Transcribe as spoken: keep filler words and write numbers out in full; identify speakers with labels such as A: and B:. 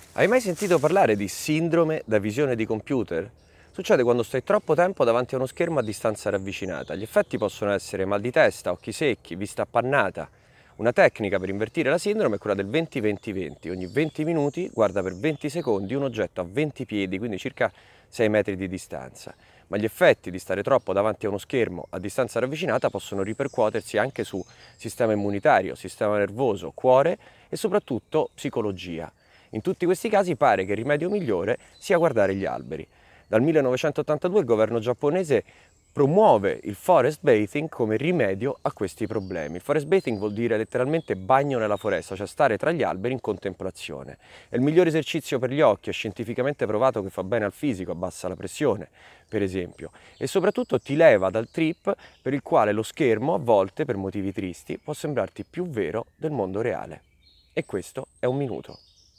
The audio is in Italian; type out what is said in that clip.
A: Hai mai sentito parlare di sindrome da visione di computer? Succede quando stai troppo tempo davanti a uno schermo a distanza ravvicinata. Gli effetti possono essere mal di testa, occhi secchi, vista appannata. Una tecnica per invertire la sindrome è quella del venti venti venti. Ogni venti minuti guarda per venti secondi un oggetto a venti piedi, quindi circa sei metri di distanza. Ma gli effetti di stare troppo davanti a uno schermo a distanza ravvicinata possono ripercuotersi anche su sistema immunitario, sistema nervoso, cuore e soprattutto psicologia. In tutti questi casi pare che il rimedio migliore sia guardare gli alberi. Dal millenovecentottantadue il governo giapponese promuove il forest bathing come rimedio a questi problemi. Il forest bathing vuol dire letteralmente bagno nella foresta, cioè stare tra gli alberi in contemplazione. È il migliore esercizio per gli occhi, è scientificamente provato che fa bene al fisico, abbassa la pressione, per esempio, e soprattutto ti leva dal trip per il quale lo schermo, a volte, per motivi tristi, può sembrarti più vero del mondo reale. E questo è un minuto.